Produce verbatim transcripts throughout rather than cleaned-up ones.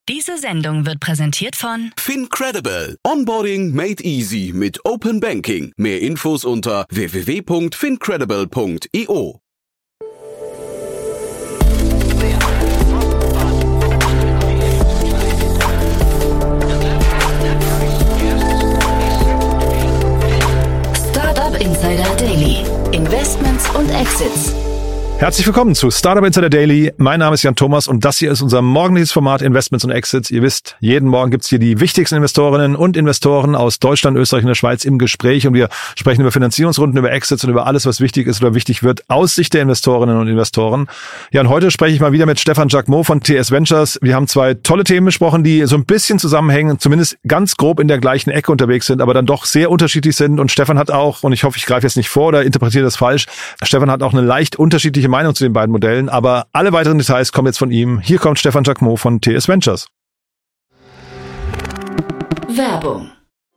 Diese Sendung wird präsentiert von FinCredible. Onboarding made easy mit Open Banking. Mehr Infos unter w w w punkt fincredible punkt i o. Startup Insider Daily. Investments und Exits. Herzlich willkommen zu Startup Insider Daily. Mein Name ist Jan Thomas und das hier ist unser morgendliches Format Investments und Exits. Ihr wisst, jeden Morgen gibt's hier die wichtigsten Investorinnen und Investoren aus Deutschland, Österreich und der Schweiz im Gespräch und wir sprechen über Finanzierungsrunden, über Exits und über alles, was wichtig ist oder wichtig wird aus Sicht der Investorinnen und Investoren. Ja, und heute spreche ich mal wieder mit Stefan Jacquemot von T S Ventures. Wir haben zwei tolle Themen besprochen, die so ein bisschen zusammenhängen, zumindest ganz grob in der gleichen Ecke unterwegs sind, aber dann doch sehr unterschiedlich sind. Und Stefan hat auch, und ich hoffe, ich greife jetzt nicht vor oder interpretiere das falsch, Stefan hat auch eine leicht unterschiedliche Meinung zu den beiden Modellen, aber alle weiteren Details kommen jetzt von ihm. Hier kommt Stefan Jacquemot von T S Ventures. Werbung.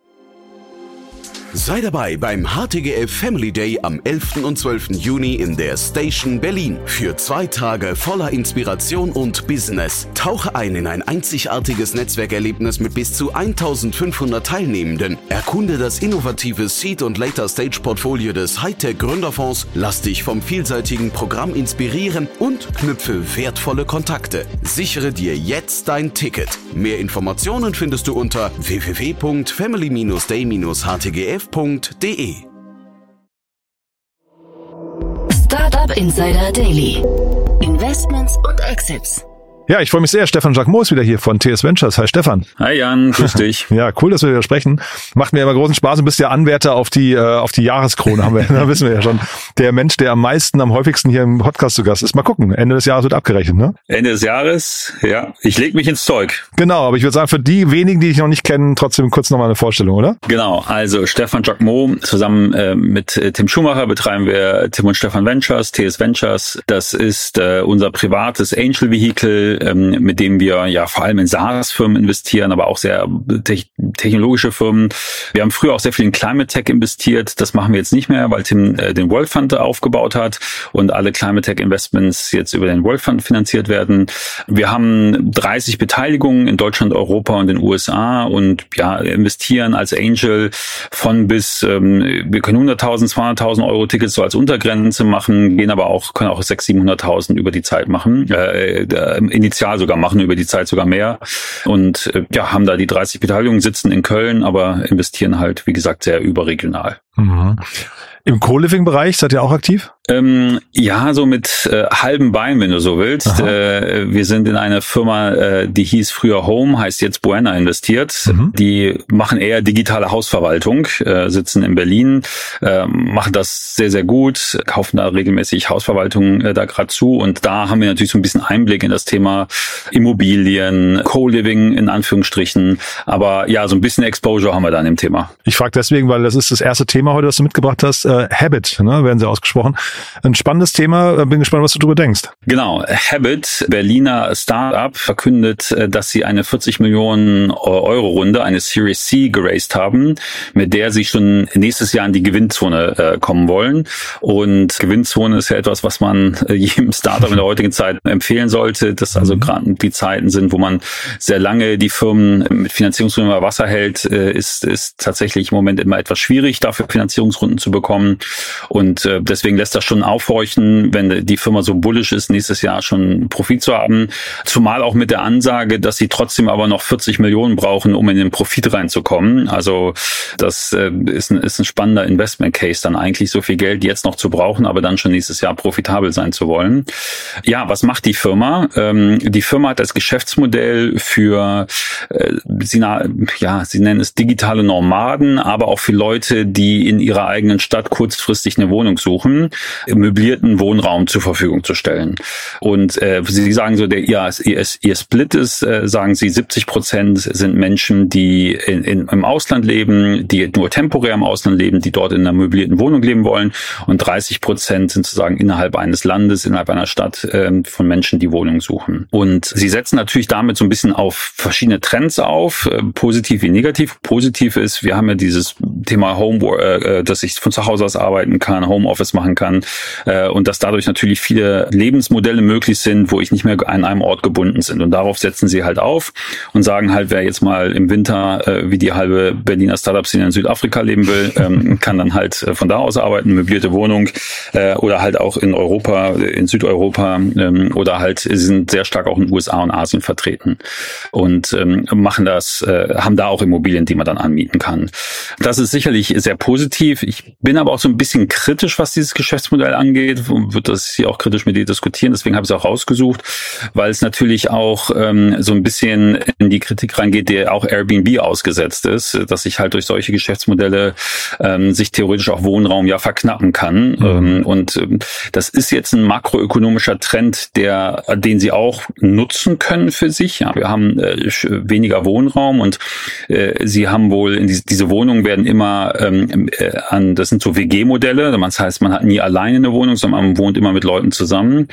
Sei dabei beim H T G F Family Day am elften und zwölften Juni in der Station Berlin. Für zwei Tage voller Inspiration und Business. Tauche ein in ein einzigartiges Netzwerkerlebnis mit bis zu eintausendfünfhundert Teilnehmenden. Erkunde das innovative Seed- und Later-Stage-Portfolio des Hightech-Gründerfonds. Lass dich vom vielseitigen Programm inspirieren und knüpfe wertvolle Kontakte. Sichere dir jetzt dein Ticket. Mehr Informationen findest du unter w w w punkt family day dash h t g f punkt d e. Startup Insider Daily. Investments und Exits. Ja, ich freue mich sehr. Stefan Jacquemot ist wieder hier von T S Ventures. Hi Stefan. Hi Jan, grüß dich. Ja, cool, dass wir wieder sprechen. Macht mir immer großen Spaß. Du bist ja Anwärter auf die äh, auf die Jahreskrone, haben wir, da wissen wir ja schon. Der Mensch, der am meisten, am häufigsten hier im Podcast zu Gast ist. Mal gucken, Ende des Jahres wird abgerechnet, ne? Ende des Jahres, ja. Ich leg mich ins Zeug. Genau, aber ich würde sagen, für die wenigen, die ich noch nicht kenne, trotzdem kurz nochmal eine Vorstellung, oder? Genau, also Stefan Jacquemot, zusammen äh, mit äh, Tim Schumacher betreiben wir Tim und Stefan Ventures, T S Ventures. Das ist äh, unser privates Angel-Vehikel, ähm, mit dem wir ja vor allem in SaaS-Firmen investieren, aber auch sehr te- technologische Firmen. Wir haben früher auch sehr viel in Climate Tech investiert. Das machen wir jetzt nicht mehr, weil Tim äh, den World Fund aufgebaut hat und alle Climate Tech Investments jetzt über den World Fund finanziert werden. Wir haben dreißig Beteiligungen in Deutschland, Europa und den U S A und ja, investieren als Angel von bis, ähm, wir können hunderttausend, zweihunderttausend Euro Tickets so als Untergrenze machen, gehen aber auch, können auch sechshunderttausend, siebenhunderttausend über die Zeit machen, äh, äh, initial sogar machen, über die Zeit sogar mehr und äh, ja, haben da die dreißig Beteiligungen, sitzen in Köln, aber investieren halt, wie gesagt, sehr überregional. Mhm. Im Co-Living-Bereich seid ihr auch aktiv? Ähm, ja, so mit äh, halbem Bein, wenn du so willst. Äh, wir sind in eine Firma, äh, die hieß früher Home, heißt jetzt Buena investiert. Mhm. Die machen eher digitale Hausverwaltung, äh, sitzen in Berlin, äh, machen das sehr, sehr gut, kaufen da regelmäßig Hausverwaltung äh, da gerade zu. Und da haben wir natürlich so ein bisschen Einblick in das Thema Immobilien, Co-Living in Anführungsstrichen. Aber ja, so ein bisschen Exposure haben wir da in dem Thema. Ich frage deswegen, weil das ist das erste Thema heute, das du mitgebracht hast. Äh, Habit, ne, werden sie ausgesprochen. Ein spannendes Thema. Bin gespannt, was du darüber denkst. Genau. Habit, Berliner Startup, verkündet, dass sie eine vierzig Millionen Euro Runde, eine Series C geraced haben, mit der sie schon nächstes Jahr in die Gewinnzone äh, kommen wollen. Und Gewinnzone ist ja etwas, was man äh, jedem Startup in der heutigen Zeit empfehlen sollte. Das also gerade die Zeiten sind, wo man sehr lange die Firmen mit Finanzierungsrunden über Wasser hält, äh, ist, ist tatsächlich im Moment immer etwas schwierig, dafür Finanzierungsrunden zu bekommen. Und äh, deswegen lässt das schon aufhorchen, wenn die Firma so bullish ist, nächstes Jahr schon Profit zu haben. Zumal auch mit der Ansage, dass sie trotzdem aber noch vierzig Millionen brauchen, um in den Profit reinzukommen. Also das äh, ist, ein, ist ein spannender Investment Case, dann eigentlich so viel Geld jetzt noch zu brauchen, aber dann schon nächstes Jahr profitabel sein zu wollen. Ja, was macht die Firma? Ähm, die Firma hat das Geschäftsmodell für, äh, sie, na, ja, sie nennen es digitale Nomaden, aber auch für Leute, die in ihrer eigenen Stadt kurzfristig eine Wohnung suchen, möblierten Wohnraum zur Verfügung zu stellen. Und äh, Sie sagen so, der ihr, ihr, ihr Split ist, äh, sagen Sie, siebzig Prozent sind Menschen, die in, in, im Ausland leben, die nur temporär im Ausland leben, die dort in einer möblierten Wohnung leben wollen, und dreißig Prozent sind sozusagen innerhalb eines Landes, innerhalb einer Stadt äh, von Menschen, die Wohnungen suchen. Und Sie setzen natürlich damit so ein bisschen auf verschiedene Trends auf, äh, positiv wie negativ. Positiv ist, wir haben ja dieses Thema Home, äh, dass ich von zu Hause aus arbeiten kann, Homeoffice machen kann. kann äh, und dass dadurch natürlich viele Lebensmodelle möglich sind, wo ich nicht mehr an einem Ort gebunden sind. Und darauf setzen sie halt auf und sagen halt, wer jetzt mal im Winter äh, wie die halbe Berliner Startup-Szene in Südafrika leben will, ähm, kann dann halt äh, von da aus arbeiten, möblierte Wohnung äh, oder halt auch in Europa, in Südeuropa ähm, oder halt sie sind sehr stark auch in den U S A und Asien vertreten und ähm, machen das, äh, haben da auch Immobilien, die man dann anmieten kann. Das ist sicherlich sehr positiv. Ich bin aber auch so ein bisschen kritisch, was dieses Geschäftsmodell angeht, wird das hier auch kritisch mit dir diskutieren, deswegen habe ich es auch rausgesucht, weil es natürlich auch ähm, so ein bisschen in die Kritik reingeht, der auch Airbnb ausgesetzt ist, dass sich halt durch solche Geschäftsmodelle ähm, sich theoretisch auch Wohnraum ja verknappen kann. Mhm. Ähm, und ähm, das ist jetzt ein makroökonomischer Trend, der, den sie auch nutzen können für sich. Ja, wir haben äh, weniger Wohnraum und äh, sie haben wohl, in die, diese Wohnungen werden immer ähm, äh, an, das sind so W G-Modelle, das heißt, man hat nie alleine eine Wohnung, sondern man wohnt immer mit Leuten zusammen.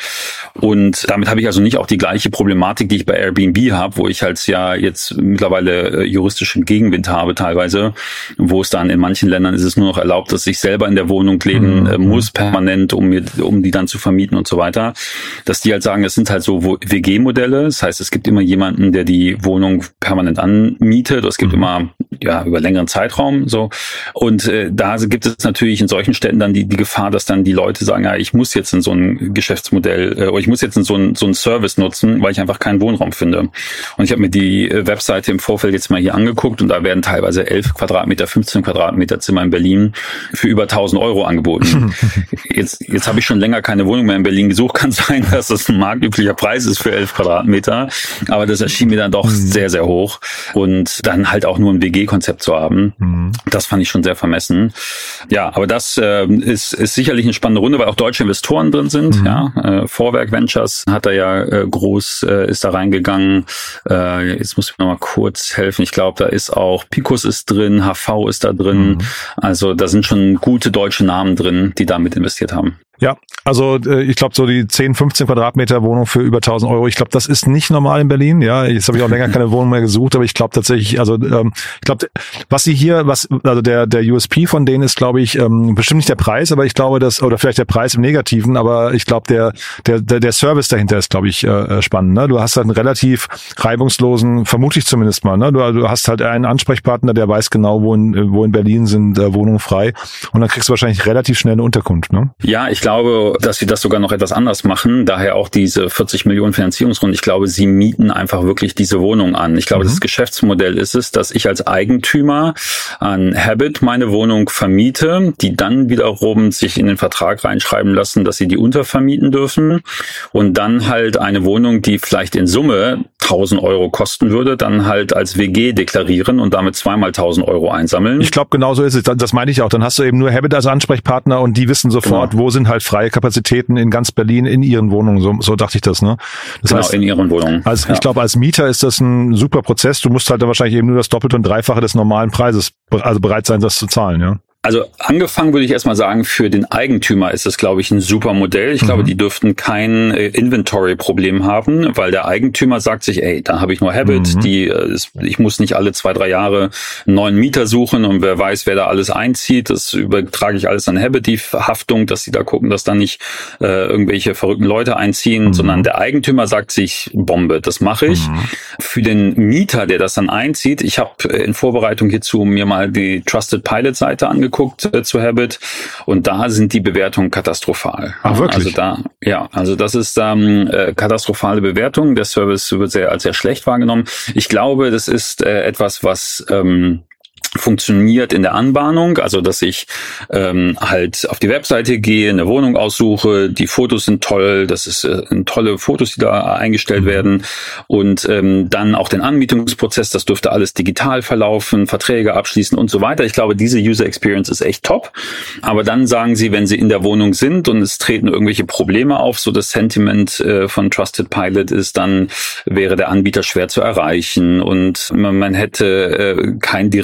Und damit habe ich also nicht auch die gleiche Problematik, die ich bei Airbnb habe, wo ich halt ja jetzt mittlerweile äh, juristischen Gegenwind habe teilweise, wo es dann in manchen Ländern ist es nur noch erlaubt, dass ich selber in der Wohnung leben äh, muss, permanent, um mir, um die dann zu vermieten und so weiter. Dass die halt sagen, es sind halt so W G-Modelle, das heißt, es gibt immer jemanden, der die Wohnung permanent anmietet, es gibt mhm. immer ja über längeren Zeitraum so und äh, da gibt es natürlich in solchen Städten dann die die Gefahr, dass dann die Leute sagen, ja, ich muss jetzt in so ein Geschäftsmodell äh, oder ich muss jetzt in so ein so ein Service nutzen, weil ich einfach keinen Wohnraum finde. Und ich habe mir die äh, Webseite im Vorfeld jetzt mal hier angeguckt und da werden teilweise elf Quadratmeter, fünfzehn Quadratmeter Zimmer in Berlin für über tausend Euro angeboten. jetzt jetzt habe ich schon länger keine Wohnung mehr in Berlin gesucht, kann sein, dass das ein marktüblicher Preis ist für elf Quadratmeter, aber das erschien mir dann doch mhm. sehr, sehr hoch und dann halt auch nur ein W G-Konzept zu haben, mhm. das fand ich schon sehr vermessen. Ja, aber das äh, ist, ist sicherlich eine spannende Runde, weil auch deutsche Investoren drin sind. Mhm. Ja, äh, Vorwerk Ventures hat da ja äh, groß, äh, ist da reingegangen. Äh, jetzt muss ich noch mal kurz helfen. Ich glaube, da ist auch Picus ist drin, H V ist da drin. Mhm. Also da sind schon gute deutsche Namen drin, die da mit investiert haben. Ja, also äh, ich glaube so die zehn, fünfzehn Quadratmeter Wohnung für über tausend Euro, ich glaube, das ist nicht normal in Berlin. Ja, jetzt habe ich auch länger keine Wohnung mehr gesucht, aber ich glaube tatsächlich, also ähm, ich glaube, was sie hier, was also der der U S P von denen ist, glaube ich, ähm, bestimmt nicht der Preis, aber ich glaube, dass oder vielleicht der Preis im Negativen, aber ich glaube, der der der der Service dahinter ist, glaube ich, äh, spannend. Ne? Du hast halt einen relativ reibungslosen, vermute ich zumindest mal. Ne? Du, du hast halt einen Ansprechpartner, der weiß genau, wo in wo in Berlin sind äh, Wohnungen frei, und dann kriegst du wahrscheinlich relativ schnell eine Unterkunft. Ne? Ja, ich glaube, Ich glaube, dass sie das sogar noch etwas anders machen. Daher auch diese vierzig Millionen Finanzierungsrunde. Ich glaube, sie mieten einfach wirklich diese Wohnung an. Ich glaube, mhm. das Geschäftsmodell ist es, dass ich als Eigentümer an Habit meine Wohnung vermiete, die dann wiederum sich in den Vertrag reinschreiben lassen, dass sie die untervermieten dürfen und dann halt eine Wohnung, die vielleicht in Summe tausend Euro kosten würde, dann halt als W G deklarieren und damit zweimal tausend Euro einsammeln. Ich glaube, genau so ist es. Das meine ich auch. Dann hast du eben nur Habit als Ansprechpartner und die wissen sofort, genau. wo sind halt freie Kapazitäten in ganz Berlin in ihren Wohnungen. So, so dachte ich das, ne? Das genau, heißt, in ihren Wohnungen. Also ja. ich glaube, als Mieter ist das ein super Prozess. Du musst halt dann wahrscheinlich eben nur das Doppelte und Dreifache des normalen Preises, also bereit sein, das zu zahlen, ja. Also angefangen würde ich erstmal sagen, für den Eigentümer ist das, glaube ich, ein super Modell. Ich mhm. glaube, die dürften kein äh, Inventory-Problem haben, weil der Eigentümer sagt sich, ey, da habe ich nur Habit, mhm. die äh, ich muss nicht alle zwei, drei Jahre einen neuen Mieter suchen und wer weiß, wer da alles einzieht. Das übertrage ich alles an Habit, die Haftung, dass sie da gucken, dass da nicht äh, irgendwelche verrückten Leute einziehen, mhm. sondern der Eigentümer sagt sich, Bombe, das mache ich. Mhm. Für den Mieter, der das dann einzieht, ich habe in Vorbereitung hierzu mir mal die Trusted Pilot-Seite angeguckt, geguckt äh, zu Habit und da sind die Bewertungen katastrophal. Ach, wirklich? Also da, ja, also das ist ähm, äh, katastrophale Bewertung. Der Service wird sehr als sehr schlecht wahrgenommen. Ich glaube, das ist äh, etwas, was ähm, funktioniert in der Anbahnung, also dass ich ähm, halt auf die Webseite gehe, eine Wohnung aussuche, die Fotos sind toll, das ist äh, tolle Fotos, die da eingestellt werden und ähm, dann auch den Anmietungsprozess, das dürfte alles digital verlaufen, Verträge abschließen und so weiter. Ich glaube, diese User Experience ist echt top, aber dann sagen sie, wenn sie in der Wohnung sind und es treten irgendwelche Probleme auf, so das Sentiment äh, von Trusted Pilot ist, dann wäre der Anbieter schwer zu erreichen und man, man hätte äh, keinen direkten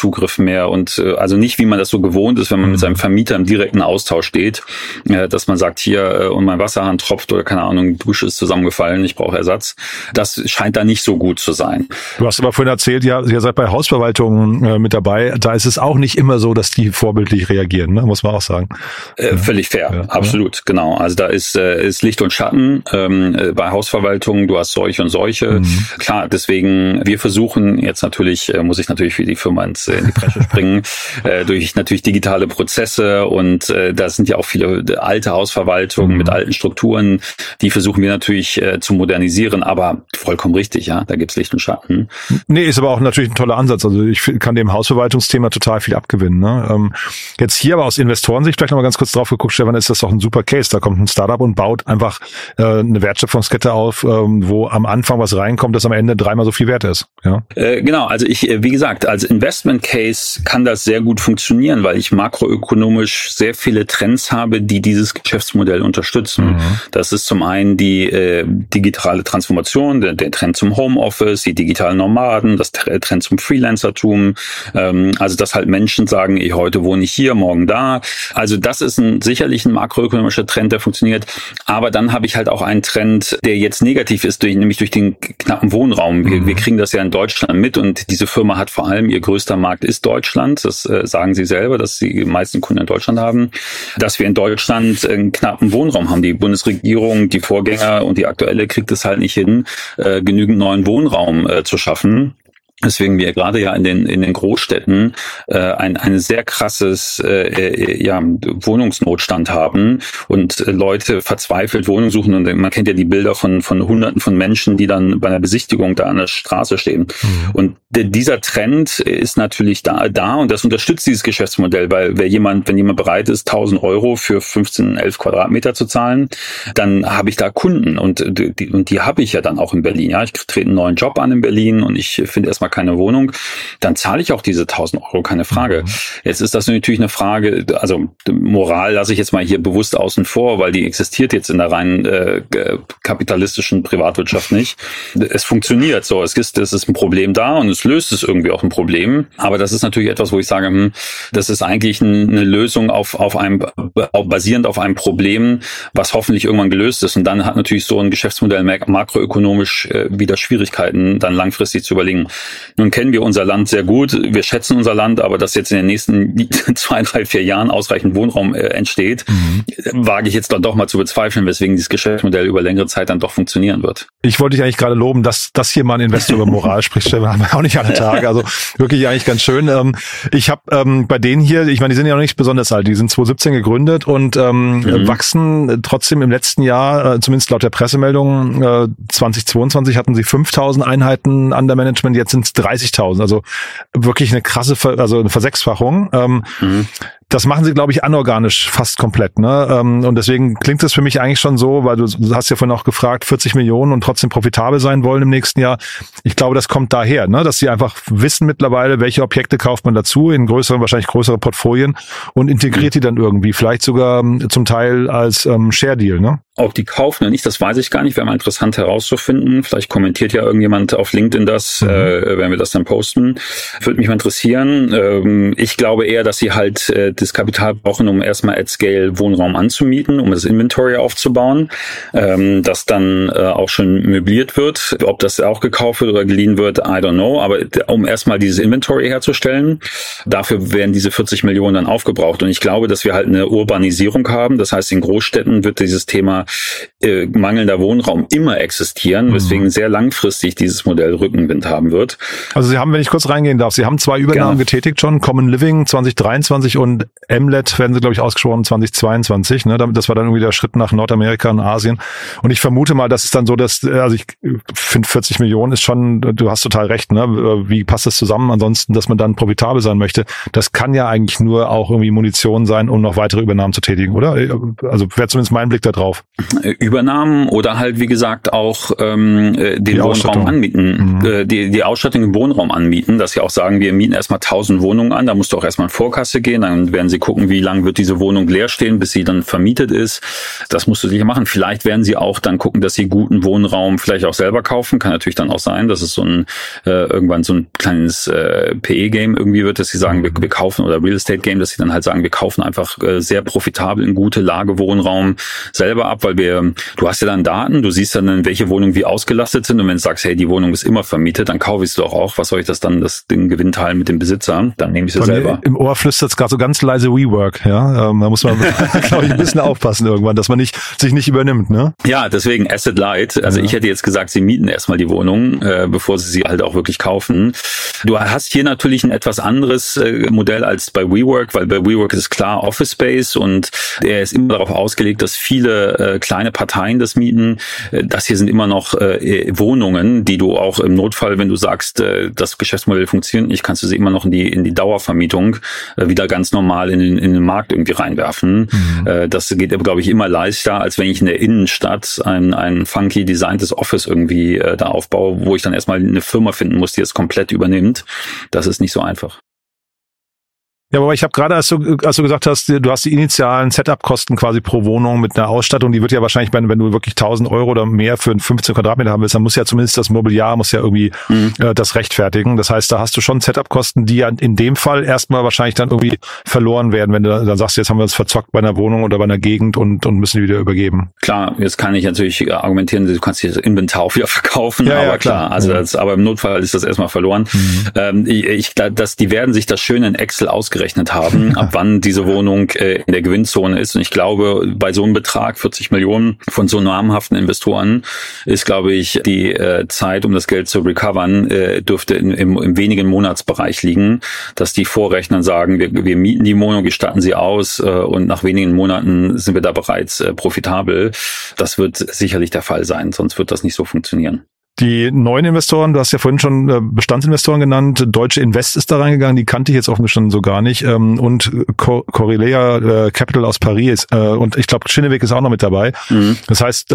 Zugriff mehr und äh, also nicht, wie man das so gewohnt ist, wenn man mit seinem Vermieter im direkten Austausch steht, äh, dass man sagt, hier äh, und mein Wasserhahn tropft oder keine Ahnung, die Dusche ist zusammengefallen, ich brauche Ersatz. Das scheint da nicht so gut zu sein. Du hast aber vorhin erzählt, ja, ihr seid bei Hausverwaltungen äh, mit dabei. Da ist es auch nicht immer so, dass die vorbildlich reagieren, ne? Muss man auch sagen. Äh, ja. Völlig fair, ja, absolut, ja. Genau. Also da ist, äh, ist Licht und Schatten ähm, äh, bei Hausverwaltungen. Du hast solche und solche. Mhm. Klar, deswegen, wir versuchen jetzt natürlich, äh, muss ich natürlich für die Firma ins, äh, in die Bresche springen, äh, durch natürlich digitale Prozesse und äh, da sind ja auch viele alte Hausverwaltungen mhm. mit alten Strukturen, die versuchen wir natürlich äh, zu modernisieren, aber vollkommen richtig, ja, da gibt's Licht und Schatten. Nee, ist aber auch natürlich ein toller Ansatz. Also ich kann dem Hausverwaltungsthema total viel abgewinnen. Ne? Ähm, jetzt hier aber aus Investorensicht vielleicht nochmal ganz kurz drauf geguckt, Stefan, ist das doch ein super Case. Da kommt ein Startup und baut einfach äh, eine Wertschöpfungskette auf, ähm, wo am Anfang was reinkommt, das am Ende dreimal so viel wert ist. Ja? Äh, genau, also ich, wie gesagt, als Investment Case kann das sehr gut funktionieren, weil ich makroökonomisch sehr viele Trends habe, die dieses Geschäftsmodell unterstützen. Mhm. Das ist zum einen die äh, digitale Transformation, der, der Trend zum Homeoffice, die digitalen Nomaden, das Trend zum Freelancertum, ähm, also dass halt Menschen sagen, ich heute wohne ich hier, morgen da. Also das ist ein sicherlich ein makroökonomischer Trend, der funktioniert. Aber dann habe ich halt auch einen Trend, der jetzt negativ ist, durch, nämlich durch den knappen Wohnraum. Wir, mhm. wir kriegen das ja in Deutschland mit und diese Firma hat vor allem, ihr größter Markt ist Deutschland. Das äh, sagen sie selber, dass sie die meisten Kunden in Deutschland haben. Dass wir in Deutschland einen knappen Wohnraum haben. Die Bundesregierung, die Vorgänger und die aktuelle kriegt es halt nicht hin, äh, genügend neuen Wohnraum äh, zu schaffen. Deswegen wir gerade ja in den in den Großstädten äh, ein ein sehr krasses äh, ja Wohnungsnotstand haben und äh, Leute verzweifelt Wohnungen suchen und man kennt ja die Bilder von von Hunderten von Menschen, die dann bei einer Besichtigung da an der Straße stehen. Mhm. Und de, dieser Trend ist natürlich da da und das unterstützt dieses Geschäftsmodell, weil wer jemand wenn jemand bereit ist tausend Euro für fünfzehn, elf Quadratmeter zu zahlen, dann habe ich da Kunden und die und die habe ich ja dann auch in Berlin. Ja, ich trete einen neuen Job an in Berlin und ich finde erstmal keine Wohnung, dann zahle ich auch diese tausend Euro, keine Frage. Jetzt ist das natürlich eine Frage, also Moral lasse ich jetzt mal hier bewusst außen vor, weil die existiert jetzt in der rein äh, kapitalistischen Privatwirtschaft nicht. Es funktioniert so, es ist, es ist ein Problem da und es löst es irgendwie auch ein Problem, aber das ist natürlich etwas, wo ich sage, hm, das ist eigentlich eine Lösung auf, auf einem, basierend auf einem Problem, was hoffentlich irgendwann gelöst ist und dann hat natürlich so ein Geschäftsmodell makroökonomisch äh, wieder Schwierigkeiten, dann langfristig zu überlegen. Nun kennen wir unser Land sehr gut, wir schätzen unser Land, aber dass jetzt in den nächsten zwei, drei, vier Jahren ausreichend Wohnraum äh, entsteht, mhm. wage ich jetzt dann doch mal zu bezweifeln, weswegen dieses Geschäftsmodell über längere Zeit dann doch funktionieren wird. Ich wollte dich eigentlich gerade loben, dass das hier mal ein Investor über Moral spricht, Stefan, haben wir auch nicht alle Tage, also wirklich eigentlich ganz schön. Ähm, ich habe ähm, bei denen hier, ich meine, die sind ja noch nicht besonders alt, die sind zwanzig siebzehn gegründet und ähm, mhm. wachsen trotzdem im letzten Jahr, äh, zumindest laut der Pressemeldung, äh, zwanzig zweiundzwanzig hatten sie fünftausend Einheiten under Management, jetzt sind es dreißigtausend, also wirklich eine krasse, Ver- also eine Versechsfachung. Ähm, mhm. Das machen sie, glaube ich, anorganisch fast komplett, ne? Und deswegen klingt das für mich eigentlich schon so, weil du hast ja vorhin auch gefragt, vierzig Millionen und trotzdem profitabel sein wollen im nächsten Jahr. Ich glaube, das kommt daher, ne? Dass sie einfach wissen mittlerweile, welche Objekte kauft man dazu in größeren, wahrscheinlich größere Portfolien und integriert die dann irgendwie, vielleicht sogar zum Teil als ähm, Share-Deal, ne? Ob die kaufen oder nicht, das weiß ich gar nicht. Wäre mal interessant herauszufinden. Vielleicht kommentiert ja irgendjemand auf LinkedIn das, mhm. äh, wenn wir das dann posten. Würde mich mal interessieren. Ähm, ich glaube eher, dass sie halt äh, das Kapital brauchen, um erstmal at scale Wohnraum anzumieten, um das Inventory aufzubauen, ähm, das dann äh, auch schon möbliert wird. Ob das auch gekauft wird oder geliehen wird, I don't know. Aber um erstmal dieses Inventory herzustellen, dafür werden diese vierzig Millionen dann aufgebraucht. Und ich glaube, dass wir halt eine Urbanisierung haben. Das heißt, in Großstädten wird dieses Thema äh, mangelnder Wohnraum immer existieren, mhm. weswegen sehr langfristig dieses Modell Rückenwind haben wird. Also Sie haben, wenn ich kurz reingehen darf, Sie haben zwei Übernahmen ja. getätigt schon, Common Living zwanzig dreiundzwanzig und M L E T werden sie, glaube ich, ausgesprochen zwanzig zweiundzwanzig. Ne? Das war dann irgendwie der Schritt nach Nordamerika und Asien. Und ich vermute mal, das ist dann so, dass, also ich finde vierzig Millionen ist schon, du hast total recht, ne? Wie passt das zusammen? Ansonsten, dass man dann profitabel sein möchte, das kann ja eigentlich nur auch irgendwie Munition sein, um noch weitere Übernahmen zu tätigen, oder? Also wäre zumindest mein Blick da drauf. Übernahmen oder halt, wie gesagt, auch ähm, den die Wohnraum anmieten, mhm. äh, die, die Ausstattung im Wohnraum anmieten, dass sie auch sagen, wir mieten erstmal tausend Wohnungen an, da musst du auch erstmal in Vorkasse gehen, dann werden werden sie gucken, wie lange wird diese Wohnung leer stehen, bis sie dann vermietet ist. Das musst du sicher machen. Vielleicht werden sie auch dann gucken, dass sie guten Wohnraum vielleicht auch selber kaufen. Kann natürlich dann auch sein, dass es so ein äh, irgendwann so ein kleines äh, P E-Game irgendwie wird, dass sie sagen, wir, wir kaufen, oder Real Estate Game, dass sie dann halt sagen, wir kaufen einfach äh, sehr profitabel in gute Lage Wohnraum selber ab, weil wir, du hast ja dann Daten, du siehst dann, in welche Wohnungen wie ausgelastet sind, und wenn du sagst, hey, die Wohnung ist immer vermietet, dann kaufe ich es doch auch. Was soll ich das dann, das den Gewinn teilen mit dem Besitzer? Dann nehme ich es selber. Im Ohr flüstert es gerade so ganz leise WeWork, ja. Ähm, da muss man, glaube ich, ein bisschen aufpassen irgendwann, dass man nicht sich nicht übernimmt, ne? Ja, deswegen Asset Light. Also ja. Ich hätte jetzt gesagt, sie mieten erstmal die Wohnung, äh, bevor sie sie halt auch wirklich kaufen. Du hast hier natürlich ein etwas anderes äh, Modell als bei WeWork, weil bei WeWork ist klar Office Space und er ist immer darauf ausgelegt, dass viele äh, kleine Parteien das mieten. Äh, das hier sind immer noch äh, Wohnungen, die du auch im Notfall, wenn du sagst, äh, das Geschäftsmodell funktioniert nicht, kannst du sie immer noch in die in die Dauervermietung äh, wieder ganz normal in den, in den Markt irgendwie reinwerfen. Mhm. Äh, das geht, glaube ich, immer leichter, als wenn ich in der Innenstadt ein, ein funky designtes Office irgendwie äh, da aufbaue, wo ich dann erstmal eine Firma finden muss, die es komplett übernimmt. Das ist nicht so einfach. Ja, aber ich habe gerade, als du, als du gesagt hast, du hast die initialen Setup-Kosten quasi pro Wohnung mit einer Ausstattung, die wird ja wahrscheinlich, wenn, wenn du wirklich tausend Euro oder mehr für fünfzehn Quadratmeter haben willst, dann muss ja zumindest das Mobiliar, muss ja irgendwie mhm. äh, das rechtfertigen. Das heißt, da hast du schon Setup-Kosten, die ja in dem Fall erstmal wahrscheinlich dann irgendwie verloren werden, wenn du dann sagst, jetzt haben wir uns verzockt bei einer Wohnung oder bei einer Gegend und, und müssen die wieder übergeben. Klar, jetzt kann ich natürlich argumentieren, du kannst das Inventar auch wieder verkaufen, ja, aber ja, klar, klar. also ja. das, aber im Notfall ist das erstmal verloren. Mhm. Ähm, ich, ich, das, die werden sich das schön in Excel ausgerechnet haben, ab wann diese Wohnung äh, in der Gewinnzone ist. Und ich glaube, bei so einem Betrag, vierzig Millionen von so namhaften Investoren, ist, glaube ich, die äh, Zeit, um das Geld zu recovern, äh, dürfte in, im, im wenigen Monatsbereich liegen, dass die vorrechnen, sagen, wir, wir mieten die Wohnung, wir statten sie aus äh, und nach wenigen Monaten sind wir da bereits äh, profitabel. Das wird sicherlich der Fall sein, sonst wird das nicht so funktionieren. Die neuen Investoren, du hast ja vorhin schon Bestandsinvestoren genannt, Deutsche Invest ist da reingegangen, die kannte ich jetzt offensichtlich so gar nicht, und Corelea Capital aus Paris und ich glaube Kinnevik ist auch noch mit dabei. Mhm. Das heißt,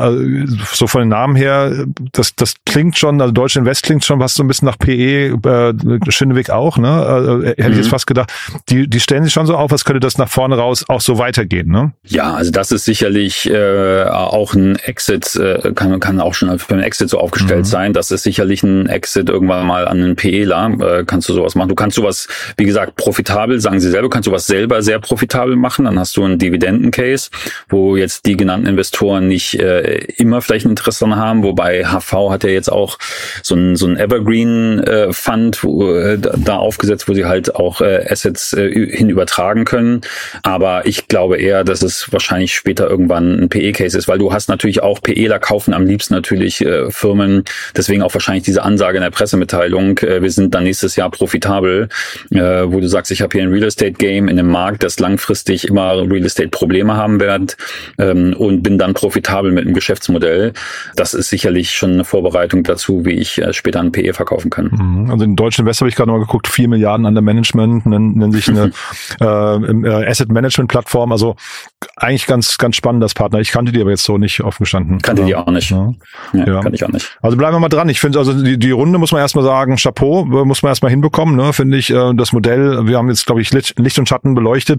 so von den Namen her, das das klingt schon, also Deutsche Invest klingt schon was so ein bisschen nach P E, Kinnevik auch, ne? Also, hätte mhm. ich jetzt fast gedacht, die die stellen sich schon so auf, als könnte das nach vorne raus auch so weitergehen, ne? Ja, also das ist sicherlich äh, auch ein Exit, äh, kann kann auch schon für einen Exit so auf gestellt mhm. sein. Das ist sicherlich ein Exit irgendwann mal an einen PEler. Äh, kannst du sowas machen. Du kannst sowas, wie gesagt, profitabel, sagen sie selber, kannst du sowas selber sehr profitabel machen. Dann hast du einen Dividenden-Case, wo jetzt die genannten Investoren nicht äh, immer vielleicht ein Interesse daran haben. Wobei H V hat ja jetzt auch so ein, so ein Evergreen-Fund äh, wo, äh, da aufgesetzt, wo sie halt auch äh, Assets äh, hin übertragen können. Aber ich glaube eher, dass es wahrscheinlich später irgendwann ein P E-Case ist, weil du hast natürlich auch PEler kaufen am liebsten natürlich äh, Firmen. Deswegen auch wahrscheinlich diese Ansage in der Pressemitteilung, äh, wir sind dann nächstes Jahr profitabel, äh, wo du sagst, ich habe hier ein Real Estate Game in einem Markt, das langfristig immer Real Estate Probleme haben wird, ähm, und bin dann profitabel mit einem Geschäftsmodell. Das ist sicherlich schon eine Vorbereitung dazu, wie ich äh, später ein P E verkaufen kann. Also in Deutschen Invest habe ich gerade mal geguckt, vier Milliarden under Management, nennen, nennen sich eine mhm. äh, Asset Management Plattform, also eigentlich ganz ganz spannend, das Partner. Ich kannte die aber jetzt so nicht offen gestanden. Kannte die auch nicht. Ja, ja, ja. Kannte ich auch nicht. Also bleiben wir mal dran. Ich finde, also die, die Runde muss man erstmal sagen, Chapeau, muss man erstmal hinbekommen, ne, finde ich, äh, das Modell, wir haben jetzt, glaube ich, Licht, Licht und Schatten beleuchtet,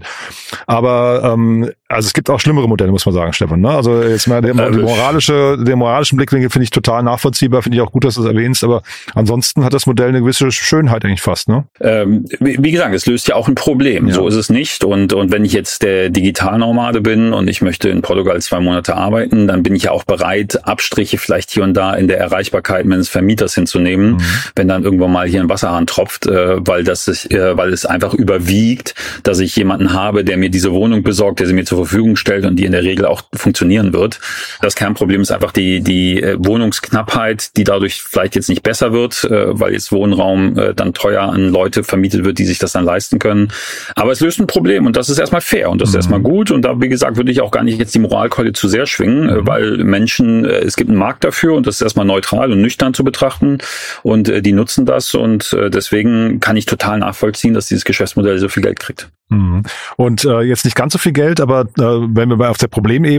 aber ähm, also es gibt auch schlimmere Modelle, muss man sagen, Stefan, ne? Also jetzt mal der, der moralische, den moralischen Blickwinkel finde ich total nachvollziehbar, finde ich auch gut, dass du es erwähnst, aber ansonsten hat das Modell eine gewisse Schönheit eigentlich fast, ne? Ähm, wie, wie gesagt, es löst ja auch ein Problem, ja. So ist es nicht, und und wenn ich jetzt der Digitalnomade bin und ich möchte in Portugal zwei Monate arbeiten, dann bin ich ja auch bereit, Abstriche vielleicht hier und da in der Erreichbarkeit meines Vermieters hinzunehmen, mhm. wenn dann irgendwann mal hier ein Wasserhahn tropft, äh, weil das ist, äh, weil es einfach überwiegt, dass ich jemanden habe, der mir diese Wohnung besorgt, der sie mir zur Verfügung stellt und die in der Regel auch funktionieren wird. Das Kernproblem ist einfach die die äh, Wohnungsknappheit, die dadurch vielleicht jetzt nicht besser wird, äh, weil jetzt Wohnraum äh, dann teuer an Leute vermietet wird, die sich das dann leisten können. Aber es löst ein Problem und das ist erstmal fair und das ist mhm. erstmal gut, und da, wie gesagt, würde ich auch gar nicht jetzt die Moralkeule zu sehr schwingen, mhm. weil Menschen, äh, es gibt einen Markt dafür und das ist erstmal neutral und nüchtern zu betrachten, und äh, die nutzen das, und äh, deswegen kann ich total nachvollziehen, dass dieses Geschäftsmodell so viel Geld kriegt. Und äh, jetzt nicht ganz so viel Geld, aber äh, wenn wir mal auf der Problemebene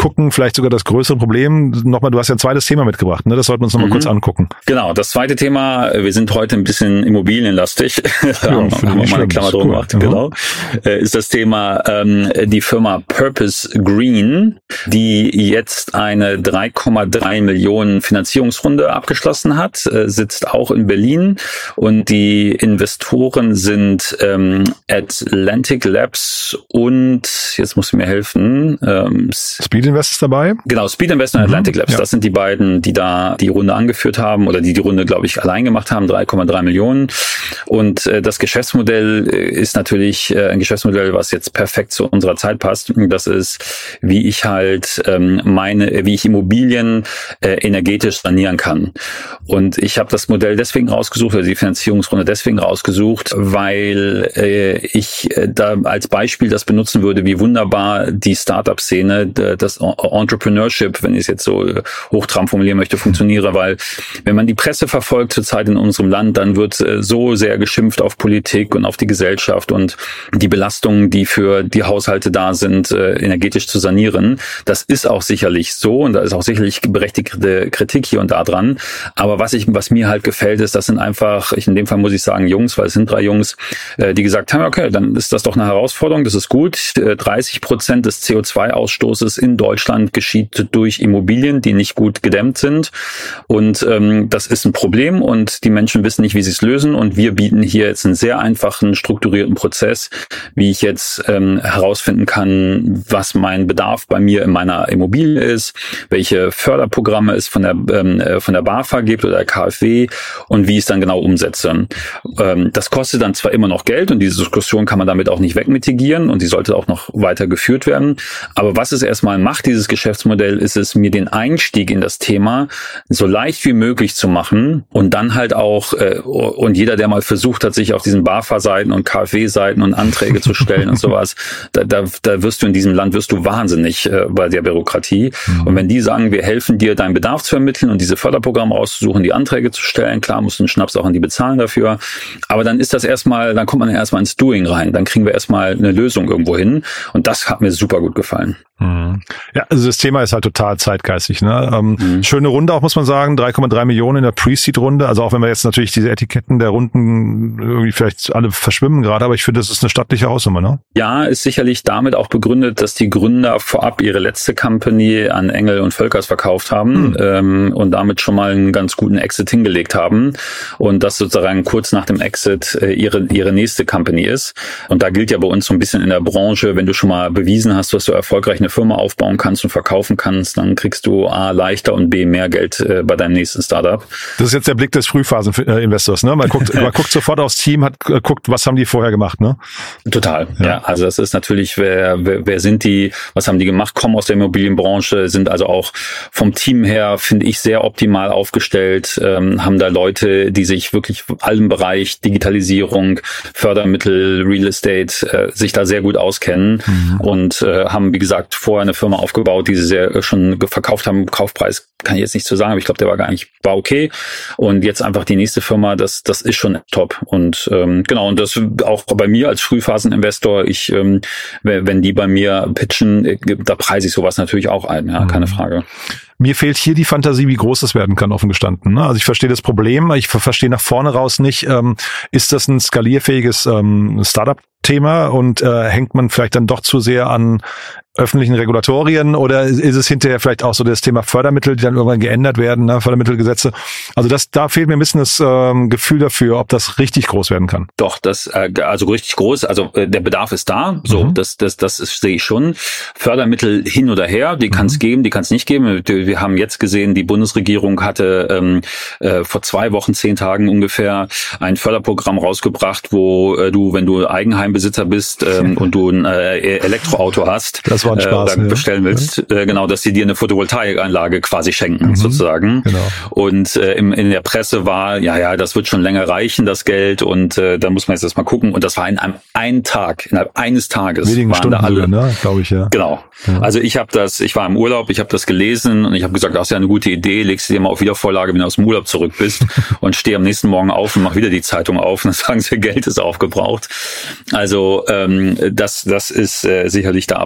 gucken, vielleicht sogar das größere Problem. Nochmal, du hast ja ein zweites Thema mitgebracht, ne? Das sollten wir uns nochmal mhm. kurz angucken. Genau, das zweite Thema, wir sind heute ein bisschen immobilienlastig, ja, haben wir mal eine Klammer drum gemacht, cool. genau, mhm. ist das Thema ähm, die Firma Purpose Green, die jetzt eine drei Komma drei Millionen Finanzierungsrunde abgeschlossen hat, äh, sitzt auch in Berlin und die Investoren sind ähm, Atlantic Labs und, jetzt musst du mir helfen, ähm, Speed Invest ist dabei? Genau, Speed Invest und Atlantic Labs, ja. Das sind die beiden, die da die Runde angeführt haben oder die die Runde, glaube ich, allein gemacht haben, drei Komma drei Millionen. Und äh, das Geschäftsmodell ist natürlich äh, ein Geschäftsmodell, was jetzt perfekt zu unserer Zeit passt. Das ist, wie ich halt ähm, meine, wie ich Immobilien äh, energetisch sanieren kann. Und ich habe das Modell deswegen rausgesucht, oder die Finanzierungsrunde deswegen rausgesucht, weil äh, ich äh, da als Beispiel das benutzen würde, wie wunderbar die Startup-Szene, das Entrepreneurship, wenn ich es jetzt so hochtrabend formulieren möchte, funktioniere, weil wenn man die Presse verfolgt zurzeit in unserem Land, dann wird äh, so sehr geschimpft auf Politik und auf die Gesellschaft und die Belastungen, die für die Haushalte da sind, äh, energetisch zu sanieren. Das ist auch sicherlich so und da ist auch sicherlich berechtigte Kritik hier und da dran. Aber was ich, was mir halt gefällt, ist, das sind einfach, ich in dem Fall muss ich sagen Jungs, weil es sind drei Jungs, äh, die gesagt haben, okay, dann ist das doch eine Herausforderung, das ist gut. Äh, dreißig Prozent des C O zwei Ausstoßes in Deutschland geschieht durch Immobilien, die nicht gut gedämmt sind. Und ähm, das ist ein Problem und die Menschen wissen nicht, wie sie es lösen. Und wir bieten hier jetzt einen sehr einfachen, strukturierten Prozess, wie ich jetzt ähm, herausfinden kann, was mein Bedarf bei mir in meiner Immobilie ist, welche Förderprogramme es von der ähm, von der BAFA gibt oder der K f W und wie ich es dann genau umsetze. Ähm, das kostet dann zwar immer noch Geld und diese Diskussion kann man damit auch nicht wegmitigieren und die sollte auch noch weiter geführt werden. Aber was es erstmal macht, dieses Geschäftsmodell, ist es, mir den Einstieg in das Thema so leicht wie möglich zu machen und dann halt auch, äh, und jeder, der mal versucht hat, sich auf diesen BAFA-Seiten und K f W-Seiten und Anträge zu stellen und sowas, da, da, da wirst du in diesem Land, wirst du wahnsinnig äh, bei der Bürokratie. Mhm. Und wenn die sagen, wir helfen dir, deinen Bedarf zu ermitteln und diese Förderprogramme auszusuchen, die Anträge zu stellen, klar, musst du einen Schnaps auch an die bezahlen dafür, aber dann ist das erstmal, dann kommt man erstmal ins Doing rein, dann kriegen wir erstmal eine Lösung irgendwo hin und das hat mir super gut gefallen. Mhm. Ja, also das Thema ist halt total zeitgeistig, ne? Ähm, mhm. Schöne Runde auch, muss man sagen, drei Komma drei Millionen in der Pre-Seed-Runde, also auch wenn wir jetzt natürlich diese Etiketten der Runden irgendwie vielleicht alle verschwimmen gerade, aber ich finde, das ist eine stattliche Hausnummer, ne? Ja, ist sicherlich damit auch begründet, dass die Gründer vorab ihre letzte Company an Engel und Völkers verkauft haben mhm. ähm, und damit schon mal einen ganz guten Exit hingelegt haben und das sozusagen kurz nach dem Exit äh, ihre ihre nächste Company ist. Und da gilt ja bei uns so ein bisschen in der Branche, wenn du schon mal bewiesen hast, dass du erfolgreich eine Firma aufbauen kannst und verkaufen kannst, dann kriegst du A, leichter und B, mehr Geld äh, bei deinem nächsten Startup. Das ist jetzt der Blick des Frühphasen-Investors, ne? Man guckt, man guckt sofort aufs Team, hat äh, guckt, was haben die vorher gemacht, ne? Total, ja. ja. Also das ist natürlich, wer, wer, wer sind die, was haben die gemacht, kommen aus der Immobilienbranche, sind also auch vom Team her, finde ich, sehr optimal aufgestellt, ähm, haben da Leute, die sich wirklich in allem Bereich Digitalisierung, Fördermittel, Real Estate, äh, sich da sehr gut auskennen mhm. und äh, haben, wie gesagt, vorher eine Firma aufgebaut, die sie sehr schon verkauft haben. Kaufpreis kann ich jetzt nicht so sagen, aber ich glaube, der war gar nicht, war okay. Und jetzt einfach die nächste Firma, das das ist schon top. Und ähm, genau, und das auch bei mir als Frühphaseninvestor, ich, ähm, wenn die bei mir pitchen, da preise ich sowas natürlich auch ein, ja, keine Frage. Mir fehlt hier die Fantasie, wie groß das werden kann, offen gestanden. Also ich verstehe das Problem, ich verstehe nach vorne raus nicht, ähm, ist das ein skalierfähiges ähm, Startup-Thema und äh, hängt man vielleicht dann doch zu sehr an öffentlichen Regulatorien oder ist es hinterher vielleicht auch so das Thema Fördermittel, die dann irgendwann geändert werden, ne? Fördermittelgesetze. Also das, da fehlt mir ein bisschen das ähm, Gefühl dafür, ob das richtig groß werden kann. Doch, das äh, also richtig groß, also äh, der Bedarf ist da, so mhm. das das das ist, sehe ich schon. Fördermittel hin oder her, die kann es mhm. geben, die kann es nicht geben. Wir haben jetzt gesehen, die Bundesregierung hatte ähm, äh, vor zwei Wochen, zehn Tagen ungefähr ein Förderprogramm rausgebracht, wo äh, du, wenn du Eigenheimbesitzer bist ähm, und du ein äh, Elektroauto hast, das war ein Spaß, äh, oder bestellen willst, ja. äh, genau, dass sie dir eine Photovoltaikanlage quasi schenken, mhm. sozusagen. Genau. Und äh, im, in der Presse war, ja, ja, das wird schon länger reichen, das Geld, und äh, da muss man jetzt erstmal gucken. Und das war in einem einen Tag, innerhalb eines Tages. Wenigen waren Stunden, da alle, ne, glaube ich, ja. Genau. Ja. Also ich habe das, ich war im Urlaub, ich habe das gelesen und ich habe gesagt, das ist ja eine gute Idee, legst du dir mal auf Wiedervorlage, wenn du aus dem Urlaub zurück bist und stehe am nächsten Morgen auf und mach wieder die Zeitung auf und dann sagen sie, Geld ist aufgebraucht. Also ähm, das das ist äh, sicherlich da absurd. Aber ich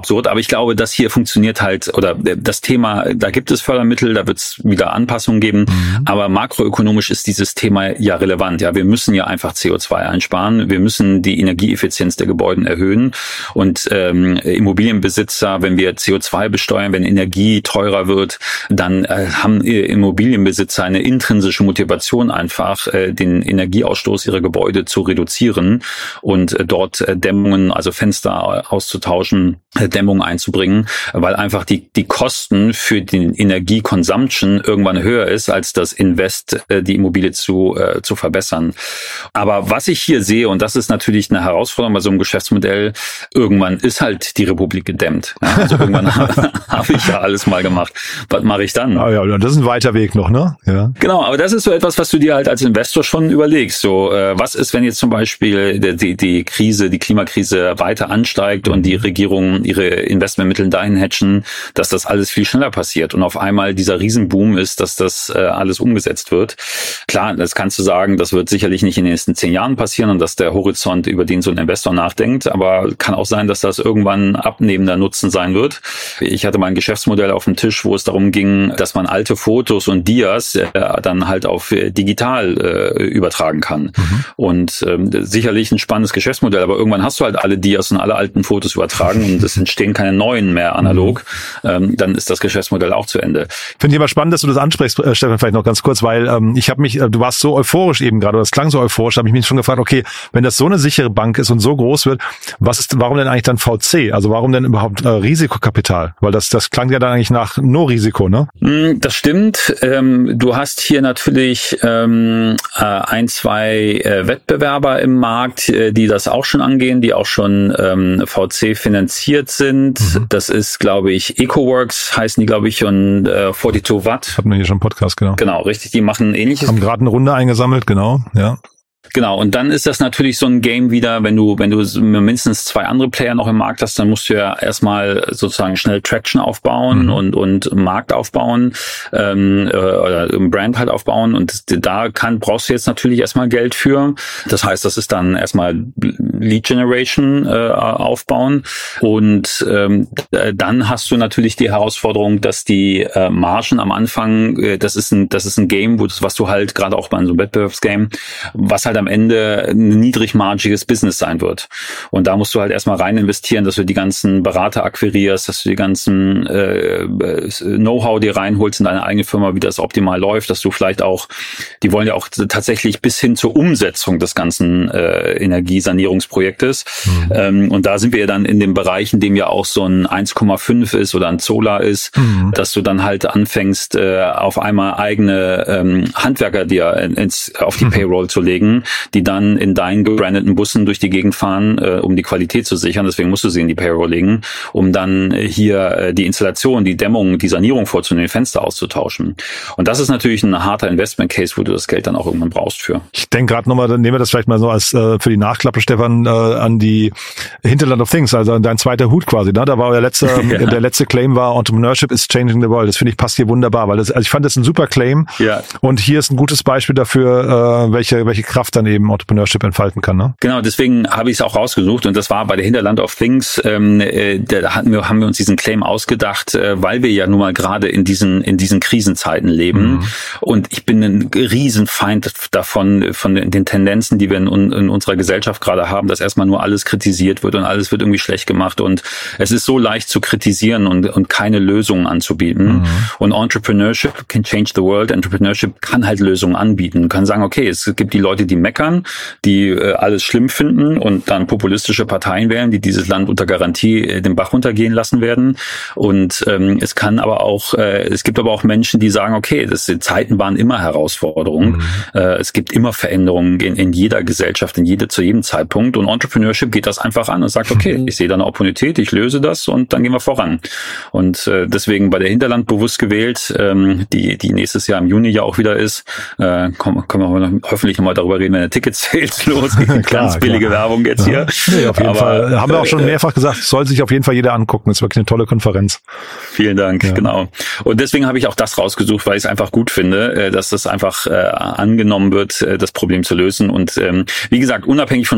ich glaube, das hier funktioniert halt, oder das Thema, da gibt es Fördermittel, da wird es wieder Anpassungen geben, mhm. aber makroökonomisch ist dieses Thema ja relevant. Ja, wir müssen ja einfach C O zwei einsparen, wir müssen die Energieeffizienz der Gebäude erhöhen und ähm, Immobilienbesitzer, wenn wir C O zwei besteuern, wenn Energie teurer wird, dann äh, haben Immobilienbesitzer eine intrinsische Motivation einfach, äh, den Energieausstoß ihrer Gebäude zu reduzieren und äh, dort äh, Dämmungen, also Fenster auszutauschen, äh, Dämmung einzubringen, weil einfach die die Kosten für den Energieconsumption irgendwann höher ist, als das Invest, äh, die Immobilie zu äh, zu verbessern. Aber was ich hier sehe, und das ist natürlich eine Herausforderung bei so einem Geschäftsmodell, irgendwann ist halt die Republik gedämmt. Ja, also irgendwann habe ich ja alles mal gemacht. Was mache ich dann? Ah ja, das ist ein weiter Weg noch, ne? Ja. Genau, aber das ist so etwas, was du dir halt als Investor schon überlegst. So, äh, was ist, wenn jetzt zum Beispiel die, die Krise, die Klimakrise weiter ansteigt und die Regierungen ihre Investmentmittel dahin hatchen, dass das alles viel schneller passiert und auf einmal dieser Riesenboom ist, dass das äh, alles umgesetzt wird. Klar, das kannst du sagen, das wird sicherlich nicht in den nächsten zehn Jahren passieren und dass der Horizont, über den so ein Investor nachdenkt, aber kann auch sein, dass das irgendwann abnehmender Nutzen sein wird. Ich hatte mal ein Geschäftsmodell auf dem Tisch, wo es darum ging, dass man alte Fotos und Dias äh, dann halt auf äh, digital äh, übertragen kann. Mhm. Und ähm, sicherlich ein spannendes Geschäftsmodell, aber irgendwann hast du halt alle Dias und alle alten Fotos übertragen und es entstehen keine neuen mehr analog. Mhm. Ähm, dann ist das Geschäftsmodell auch zu Ende. Finde ich aber spannend, dass du das ansprichst, äh, Stefan, vielleicht noch ganz kurz, weil ähm, ich habe mich, äh, du warst so euphorisch eben gerade, oder es klang so euphorisch, habe ich mich schon gefragt, okay, wenn das so eine sichere Bank ist und so groß wird, was ist, warum denn eigentlich dann V C? Also warum denn überhaupt äh, Risikokapital? Weil das das klang ja dann eigentlich nach No-Risiko, ne? Das stimmt. Ähm, du hast hier natürlich ähm, äh, ein, zwei äh, Wettbewerber im Markt, äh, die das auch schon angehen, die auch schon ähm, V C finanziert sind. Mhm. Das ist, glaube ich, EcoWorks heißen die, glaube ich, und äh, zweiundvierzig Watt. Hatten wir hier schon einen Podcast, genau. Genau, richtig. Die machen Ähnliches. Haben gerade eine Runde eingesammelt, genau, ja. Genau, und dann ist das natürlich so ein Game wieder, wenn du wenn du mindestens zwei andere Player noch im Markt hast, dann musst du ja erstmal sozusagen schnell Traction aufbauen mhm. und und Markt aufbauen ähm, oder Brand halt aufbauen und da kann brauchst du jetzt natürlich erstmal Geld für. Das heißt, das ist dann erstmal Lead Generation äh, aufbauen und ähm, dann hast du natürlich die Herausforderung, dass die äh, Margen am Anfang, äh, das ist ein das ist ein Game, wo das, was du halt gerade auch bei so einem Wettbewerbsgame, was halt am Ende ein niedrigmargiges Business sein wird. Und da musst du halt erstmal rein investieren, dass du die ganzen Berater akquirierst, dass du die ganzen äh, Know-how dir reinholst in deine eigene Firma, wie das optimal läuft, dass du vielleicht auch, die wollen ja auch tatsächlich bis hin zur Umsetzung des ganzen äh, Energiesanierungsprojektes. Mhm. Ähm, und da sind wir ja dann in dem Bereich, in dem ja auch so ein eins Komma fünf ist oder ein Solar ist, mhm. dass du dann halt anfängst, äh, auf einmal eigene ähm, Handwerker dir ins, auf die mhm. Payroll zu legen, die dann in deinen gebrandeten Bussen durch die Gegend fahren, äh, um die Qualität zu sichern. Deswegen musst du sie in die Payroll legen, um dann äh, hier äh, die Installation, die Dämmung, die Sanierung vorzunehmen, Fenster auszutauschen. Und das ist natürlich ein harter Investment-Case, wo du das Geld dann auch irgendwann brauchst für. Ich denke gerade nochmal, dann nehmen wir das vielleicht mal so als äh, für die Nachklappe, Stefan, äh, an die Hinterland of Things, also dein zweiter Hut quasi. Ne? Da war euer letzter, ja. der letzte Claim war, Entrepreneurship is changing the world. Das finde ich passt hier wunderbar, weil das, also ich fand das ein super Claim. Ja. Und hier ist ein gutes Beispiel dafür, äh, welche welche Kraft dann eben Entrepreneurship entfalten kann, ne? Genau, deswegen habe ich es auch rausgesucht und das war bei der Hinterland of Things, ähm, äh, da hatten wir, haben wir uns diesen Claim ausgedacht, äh, weil wir ja nun mal gerade in diesen in diesen Krisenzeiten leben mhm. und ich bin ein Riesenfeind davon, von den Tendenzen, die wir in, in unserer Gesellschaft gerade haben, dass erstmal nur alles kritisiert wird und alles wird irgendwie schlecht gemacht und es ist so leicht zu kritisieren und und keine Lösungen anzubieten mhm. und Entrepreneurship can change the world. Entrepreneurship kann halt Lösungen anbieten, kann sagen, okay, es gibt die Leute, die meckern, die äh, alles schlimm finden und dann populistische Parteien wählen, die dieses Land unter Garantie äh, den Bach runtergehen lassen werden. Und ähm, es kann aber auch, äh, es gibt aber auch Menschen, die sagen, okay, das, die Zeiten waren immer Herausforderungen. Mhm. Äh, es gibt immer Veränderungen in, in jeder Gesellschaft, in jede, zu jedem Zeitpunkt. Und Entrepreneurship geht das einfach an und sagt, okay, ich sehe da eine Opportunität, ich löse das und dann gehen wir voran. Und äh, deswegen bei der Hinterland bewusst gewählt, ähm, die die nächstes Jahr im Juni ja auch wieder ist. Äh, können, können wir hoffentlich nochmal darüber reden, wenn der Ticket-Sales losgeht. Klar, ganz billige klar. Werbung jetzt ja. hier. Nee, auf jeden Aber, Fall. Haben wir auch schon mehrfach gesagt, soll sich auf jeden Fall jeder angucken. Das ist wirklich eine tolle Konferenz. Vielen Dank, ja. Genau. Und deswegen habe ich auch das rausgesucht, weil ich es einfach gut finde, dass das einfach äh, angenommen wird, das Problem zu lösen. Und ähm, wie gesagt, unabhängig von Fördermitteln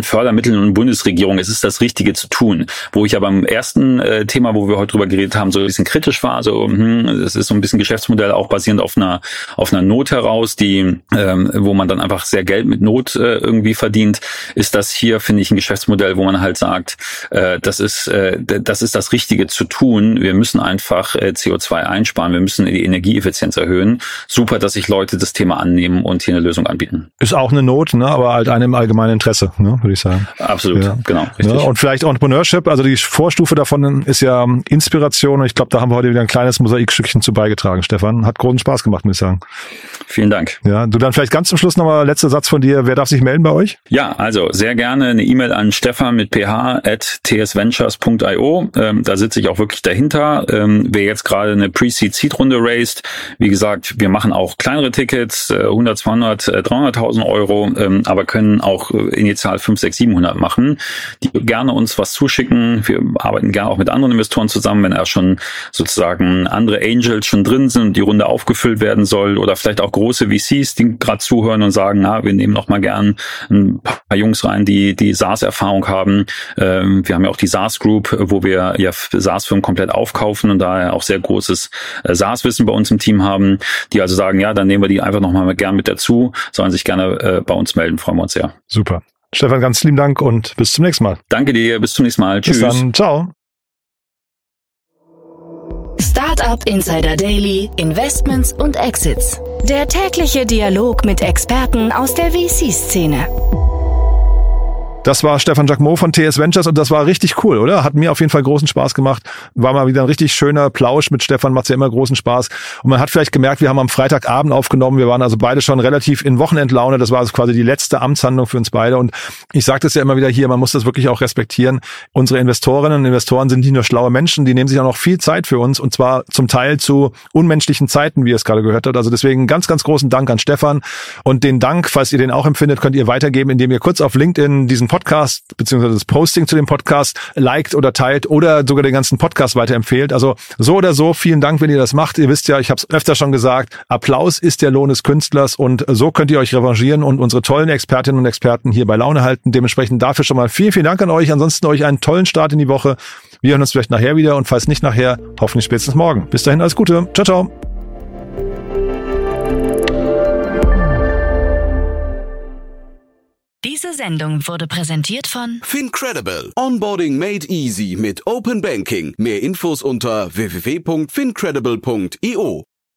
Mitteln und Bundesregierung, es ist das Richtige zu tun. Wo ich aber im ersten äh, Thema, wo wir heute drüber geredet haben, so ein bisschen kritisch war, so hm, es ist so ein bisschen Geschäftsmodell auch basierend auf einer auf einer Not heraus, die ähm, wo man dann einfach sehr Geld mit Not äh, irgendwie verdient, ist das hier, finde ich, ein Geschäftsmodell, wo man halt sagt, äh, das ist äh, das ist das Richtige zu tun. Wir müssen einfach äh, C O zwei einsparen, wir müssen die Energieeffizienz erhöhen. Super, dass sich Leute das Thema annehmen und hier eine Lösung anbieten. Ist auch eine Not, ne, aber halt eine im allgemeinen Interesse, ne, würde ich sagen. Absolut, ja. Genau, richtig. Ja, und vielleicht Entrepreneurship, also die Vorstufe davon ist ja Inspiration und ich glaube, da haben wir heute wieder ein kleines Mosaikstückchen zu beigetragen, Stefan. Hat großen Spaß gemacht, muss ich sagen. Vielen Dank. Ja, du dann vielleicht ganz zum Schluss nochmal letzter Satz von dir. Wer darf sich melden bei euch? Ja, also sehr gerne eine E-Mail an stefan mit ph at t s ventures punkt i o. Ähm, da sitze ich auch wirklich dahinter. Ähm, wer jetzt gerade eine Pre-Seed-Seed-Runde raised, wie gesagt, wir machen auch kleinere Tickets, äh, hundert, zweihundert, äh, dreihunderttausend Euro, ähm, aber können auch äh, initial fünf, sechs, siebenhundert machen, die gerne uns was zuschicken. Wir arbeiten gerne auch mit anderen Investoren zusammen, wenn er schon sozusagen andere Angels schon drin sind und die Runde aufgefüllt werden soll oder vielleicht auch große V Cs, die gerade zuhören und sagen, na, wir nehmen noch mal gern ein paar Jungs rein, die die SaaS-Erfahrung haben. Ähm, wir haben ja auch die SaaS Group, wo wir ja SaaS-Firmen komplett aufkaufen und daher auch sehr großes äh, SaaS-Wissen bei uns im Team haben, die also sagen, ja, dann nehmen wir die einfach noch mal gern mit dazu, sollen sich gerne äh, bei uns melden, freuen wir uns sehr. Super. Stefan, ganz lieben Dank und bis zum nächsten Mal. Danke dir, bis zum nächsten Mal. Tschüss. Bis dann, ciao. Startup Insider Daily, Investments und Exits. Der tägliche Dialog mit Experten aus der V C-Szene. Das war Stefan Jacquemot von T S Ventures und das war richtig cool, oder? Hat mir auf jeden Fall großen Spaß gemacht. War mal wieder ein richtig schöner Plausch mit Stefan, macht's ja immer großen Spaß. Und man hat vielleicht gemerkt, wir haben am Freitagabend aufgenommen. Wir waren also beide schon relativ in Wochenendlaune. Das war also quasi die letzte Amtshandlung für uns beide. Und ich sage das ja immer wieder hier, man muss das wirklich auch respektieren. Unsere Investorinnen und Investoren sind nicht nur schlaue Menschen, die nehmen sich auch noch viel Zeit für uns und zwar zum Teil zu unmenschlichen Zeiten, wie ihr es gerade gehört habt. Also deswegen ganz, ganz großen Dank an Stefan. Und den Dank, falls ihr den auch empfindet, könnt ihr weitergeben, indem ihr kurz auf LinkedIn diesen Podcast beziehungsweise das Posting zu dem Podcast liked oder teilt oder sogar den ganzen Podcast weiterempfehlt. Also so oder so, vielen Dank, wenn ihr das macht. Ihr wisst ja, ich habe es öfter schon gesagt, Applaus ist der Lohn des Künstlers und so könnt ihr euch revanchieren und unsere tollen Expertinnen und Experten hier bei Laune halten. Dementsprechend dafür schon mal vielen, vielen Dank an euch. Ansonsten euch einen tollen Start in die Woche. Wir hören uns vielleicht nachher wieder und falls nicht nachher, hoffentlich spätestens morgen. Bis dahin, alles Gute. Ciao, ciao. Diese Sendung wurde präsentiert von FinCredible. Onboarding made easy mit Open Banking. Mehr Infos unter w w w punkt fincredible punkt i o.